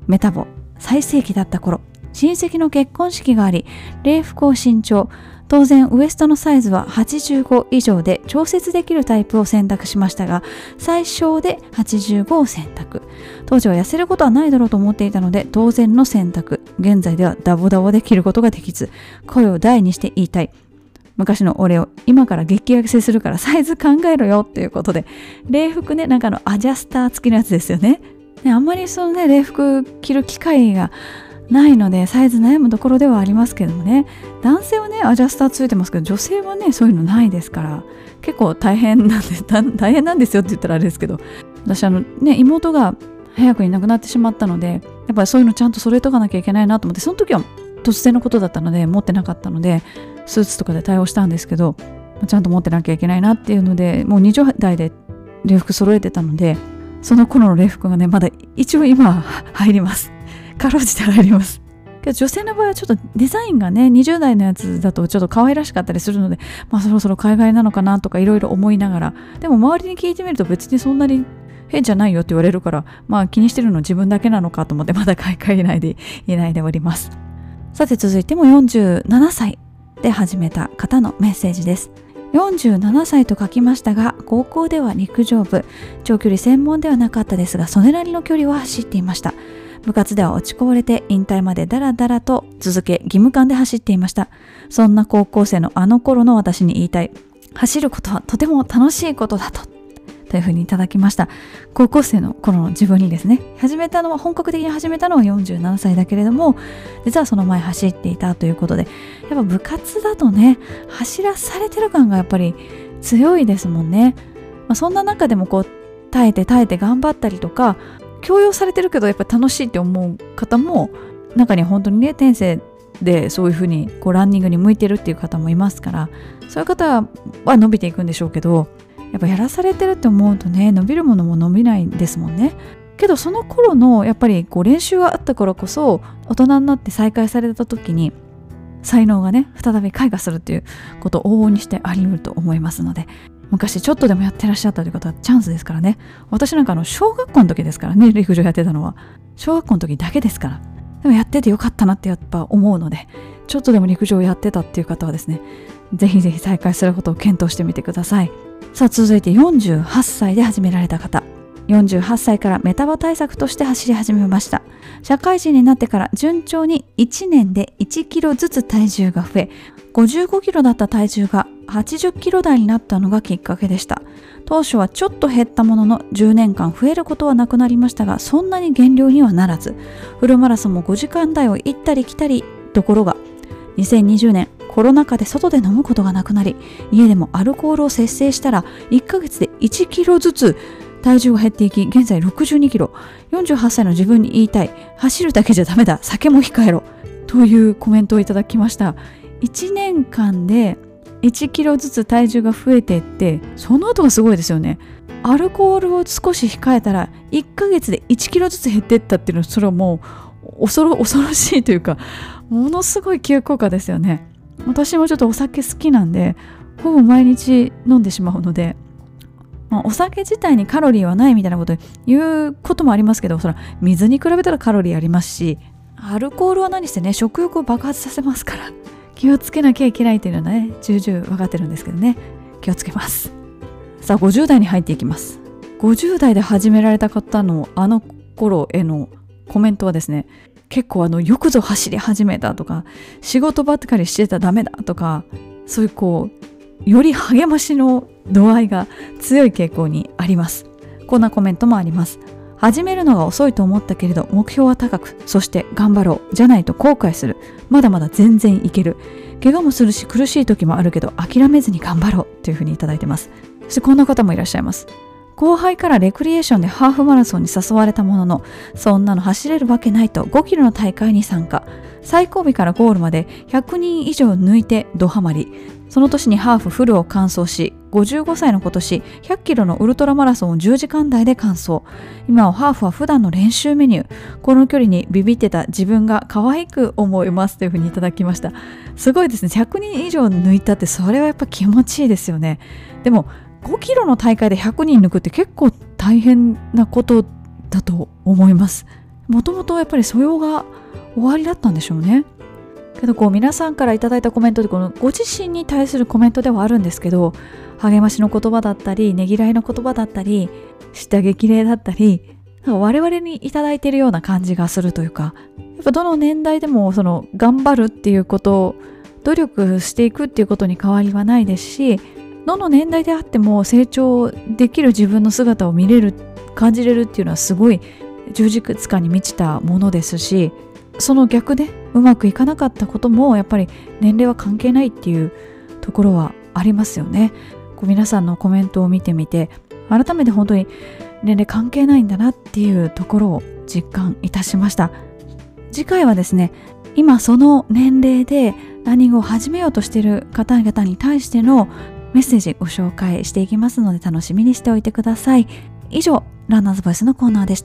Speaker 1: メタボ最盛期だった頃、親戚の結婚式があり、礼服を新調。当然ウエストのサイズははちじゅうご以上で調節できるタイプを選択しましたが、最小ではちじゅうごを選択。当時は痩せることはないだろうと思っていたので当然の選択。現在ではダボダボで着ることができず、声を大にして言いたい。昔の俺を今から激痩せするからサイズ考えろよっていうことで、礼服ね、なんかのアジャスター付きのやつですよね。ね、あんまりそのね礼服着る機会がないのでサイズ悩むところではありますけどもね、男性はねアジャスターついてますけど、女性はねそういうのないですから、結構大変なんです大変なんですよって言ったらあれですけど、私あのね妹が早くいなくなってしまったので、やっぱりそういうのちゃんと揃えとかなきゃいけないなと思って、その時は突然のことだったので持ってなかったのでスーツとかで対応したんですけど、ちゃんと持ってなきゃいけないなっていうので、もうにじゅう代で礼服揃えてたので、その頃の礼服がねまだ一応今入ります。かろうじて入ります。けど女性の場合はちょっとデザインがねにじゅう代のやつだとちょっと可愛らしかったりするので、まあそろそろ海外なのかなとかいろいろ思いながら、でも周りに聞いてみると別にそんなに変じゃないよって言われるから、まあ気にしてるの自分だけなのかと思ってまだ買い替えないでいないでおります。さて続いてもよんじゅうななさいで始めた方のメッセージです。よんじゅうななさいと書きましたが、高校では陸上部、長距離専門ではなかったですが、それなりの距離は走っていました。部活では落ちこぼれて引退までダラダラと続け、義務感で走っていました。そんな高校生のあの頃の私に言いたい。走ることはとても楽しいことだと。というふうにいただきました。高校生の頃の自分にですね、始めたのは本格的に始めたのはよんじゅうななさいだけれども、実はその前走っていたということで、やっぱ部活だとね、走らされてる感がやっぱり強いですもんね。まあ、そんな中でもこう耐えて耐えて頑張ったりとか、強要されてるけどやっぱり楽しいって思う方も中には本当にね天性でそういうふうにこうランニングに向いてるっていう方もいますから、そういう方は伸びていくんでしょうけど、やっぱやらされてるって思うとね、伸びるものも伸びないんですもんね。けどその頃のやっぱりこう練習があったからこそ、大人になって再開された時に才能がね再び開花するっていうことを往々にしてあり得ると思いますので、昔ちょっとでもやってらっしゃったという方はチャンスですからね。私なんかあの小学校の時ですからね、陸上やってたのは小学校の時だけですから。でもやっててよかったなってやっぱ思うので、ちょっとでも陸上やってたっていう方はですね、ぜひぜひ再開することを検討してみてください。さあ続いてよんじゅうはっさいで始められた方。よんじゅうはっさいからメタボ対策として走り始めました。社会人になってから順調にいちねんでいちキロずつ体重が増え、ごじゅうごキロだった体重がはちじゅっキロ台になったのがきっかけでした。当初はちょっと減ったもののじゅうねんかん増えることはなくなりましたが、そんなに減量にはならず、フルマラソンもごじかん台を行ったり来たり。ところがにせんにじゅうねんコロナ禍で外で飲むことがなくなり、家でもアルコールを節制したらいっかげつでいちキロずつ体重が減っていき、現在ろくじゅうにキロ。よんじゅうはっさいの自分に言いたい。走るだけじゃダメだ。酒も控えろ。というコメントをいただきました。いちねんかんでいちキロずつ体重が増えていって、その後がすごいですよね。アルコールを少し控えたらいっかげつでいちキロずつ減っていったっていうのは、それはもう恐ろ、恐ろしいというか、ものすごい急降下ですよね。私もちょっとお酒好きなんで、ほぼ毎日飲んでしまうので、まあ、お酒自体にカロリーはないみたいなこと言うこともありますけど、それは水に比べたらカロリーありますし、アルコールは何してね、食欲を爆発させますから、気をつけなきゃいけないっていうのはね、重々分かってるんですけどね、気をつけます。さあごじゅう代に入っていきます。ごじゅう代で始められた方のあの頃へのコメントはですね、結構あのよくぞ走り始めたとか、仕事ばっかりしてたらダメだとか、そういうこうより励ましの度合いが強い傾向にあります。こんなコメントもあります。始めるのが遅いと思ったけれど目標は高く、そして頑張ろう、じゃないと後悔する、まだまだ全然いける、怪我もするし苦しい時もあるけど諦めずに頑張ろうというふうにいただいてます。そしてこんな方もいらっしゃいます。後輩からレクリエーションでハーフマラソンに誘われたものの、そんなの走れるわけないとごキロの大会に参加。最後尾からゴールまでひゃくにん以上抜いてドハマり。その年にハーフフルを完走し、ごじゅうごさいの今年ひゃっキロのウルトラマラソンをじゅうじかん台で完走。今はハーフは普段の練習メニュー。この距離にビビってた自分が可愛く思いますというふうにいただきました。すごいですね。ひゃくにん以上抜いたって、それはやっぱ気持ちいいですよね。でもごキロの大会でひゃくにん抜くって結構大変なことだと思います。 もともとやっぱり素養が終わりだったんでしょうね。けどこう皆さんからいただいたコメントで、このご自身に対するコメントではあるんですけど、励ましの言葉だったり、ねぎらいの言葉だったり、下激励だったり、なんか我々にいただいているような感じがするというか、やっぱどの年代でもその頑張るっていうこと、努力していくっていうことに変わりはないですし、どの年代であっても成長できる自分の姿を見れる、感じれるっていうのはすごい充実感に満ちたものですし、その逆でうまくいかなかったこともやっぱり年齢は関係ないっていうところはありますよね。こう皆さんのコメントを見てみて、改めて本当に年齢関係ないんだなっていうところを実感いたしました。次回はですね、今その年齢でランニングを始めようとしている方々に対してのメッセージご紹介していきますので、楽しみにしておいてください。以上、ランナーズボイスのコーナーでした。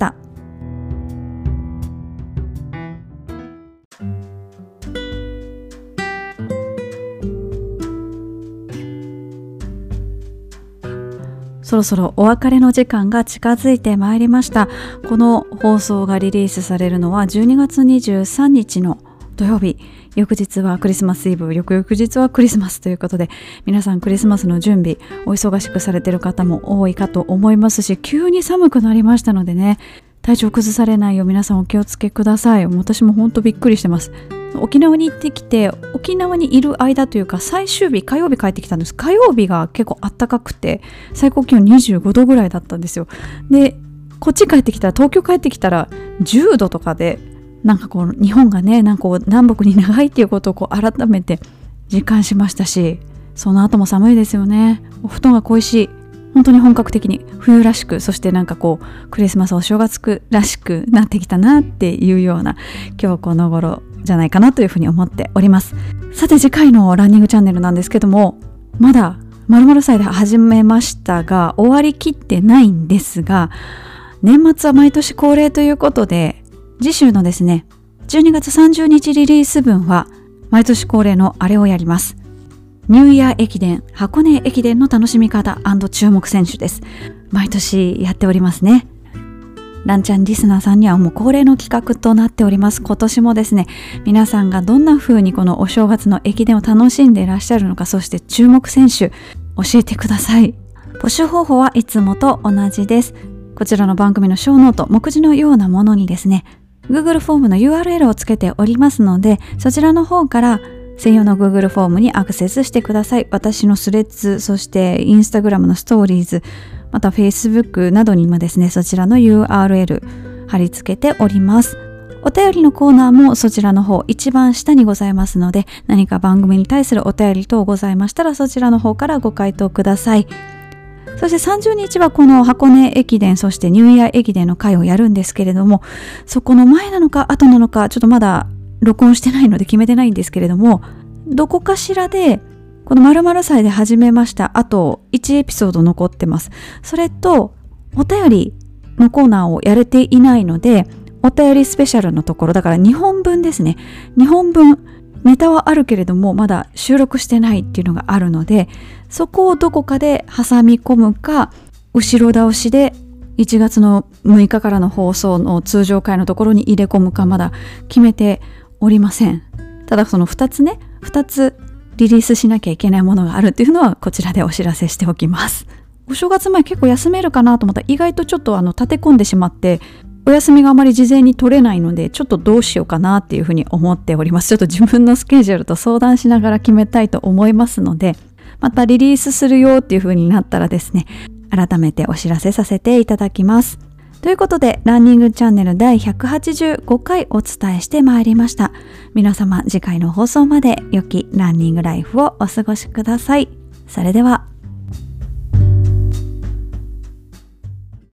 Speaker 1: そろそろお別れの時間が近づいてまいりました。この放送がリリースされるのはじゅうにがつにじゅうさんにちの土曜日、翌日はクリスマスイブ、翌々日はクリスマスということで、皆さんクリスマスの準備お忙しくされている方も多いかと思いますし、急に寒くなりましたのでね、体調崩されないよう皆さんお気をつけください。私も本当びっくりしてます。沖縄に行ってきて、沖縄にいる間というか最終日、火曜日帰ってきたんです。火曜日が結構暖かくて、最高気温にじゅうごどぐらいだったんですよ。で、こっち帰ってきたら、東京帰ってきたらじゅうどとかで、なんかこう日本がね、なんかこう南北に長いっていうことをこう改めて実感しましたし、その後も寒いですよね。お布団が恋しい。本当に本格的に冬らしく、そしてなんかこうクリスマスお正月らしくなってきたなっていうような今日この頃じゃないかなというふうに思っております。さて次回のランニングチャンネルなんですけども、まだ〇〇歳で始めましたが終わりきってないんですが、年末は毎年恒例ということで、次週のですねじゅうにがつさんじゅうにちリリース分は毎年恒例のあれをやります。ニューイヤー駅伝、箱根駅伝の楽しみ方&注目選手です。毎年やっておりますね。ランちゃんリスナーさんにはもう恒例の企画となっております。今年もですね、皆さんがどんな風にこのお正月の駅伝を楽しんでいらっしゃるのか、そして注目選手教えてください。募集方法はいつもと同じです。こちらの番組の小ノート、目次のようなものにですね、Google フォームの ユーアールエル をつけておりますので、そちらの方から専用の Google フォームにアクセスしてください。私のスレッズ、そして Instagram のストーリーズ、また Facebook などにもですね、そちらの ユーアールエル 貼り付けております。お便りのコーナーもそちらの方一番下にございますので、何か番組に対するお便り等ございましたらそちらの方からご回答ください。そしてさんじゅうにちはこの箱根駅伝、そしてニューイヤー駅伝の回をやるんですけれども、そこの前なのか後なのかちょっとまだ録音してないので決めてないんですけれども、どこかしらでこの〇〇歳で始めました、あといちエピソード残ってます。それとお便りのコーナーをやれていないので、お便りスペシャルのところだからにほんぶんですね。にほんぶんネタはあるけれどもまだ収録してないっていうのがあるので、そこをどこかで挟み込むか、後ろ倒しでいちがつのむいかからの放送の通常回のところに入れ込むかまだ決めておりません。ただそのふたつね、ふたつリリースしなきゃいけないものがあるっていうのはこちらでお知らせしておきます。お正月前結構休めるかなと思ったら意外とちょっとあの立て込んでしまって、お休みがあまり事前に取れないのでちょっとどうしようかなっていうふうに思っております。ちょっと自分のスケジュールと相談しながら決めたいと思いますので、またリリースするよっていうふうになったらですね、改めてお知らせさせていただきます。ということでランニングチャンネルだいひゃくはちじゅうごかいお伝えしてまいりました。皆様次回の放送まで良きランニングライフをお過ごしください。それでは。